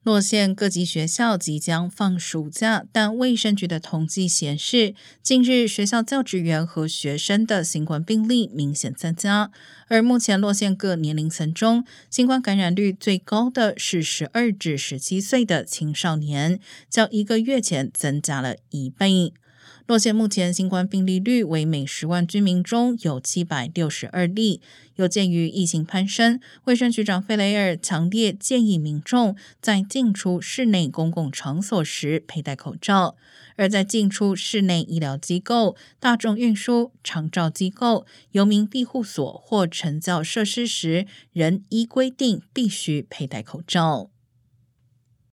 洛县各级学校即将放暑假，但卫生局的统计显示，近日学校教职员和学生的新冠病例明显增加。而目前洛县各年龄层中，新冠感染率最高的是12至17岁的青少年，较1个月前增加了1倍。洛县目前新冠病例率为每10万居民中有762例。有鉴于疫情攀升，卫生局长费雷尔强烈建议民众在进出室内公共场所时佩戴口罩，而在进出室内医疗机构、大众运输、长照机构、游民庇护所或惩教设施时，仍依规定必须佩戴口罩。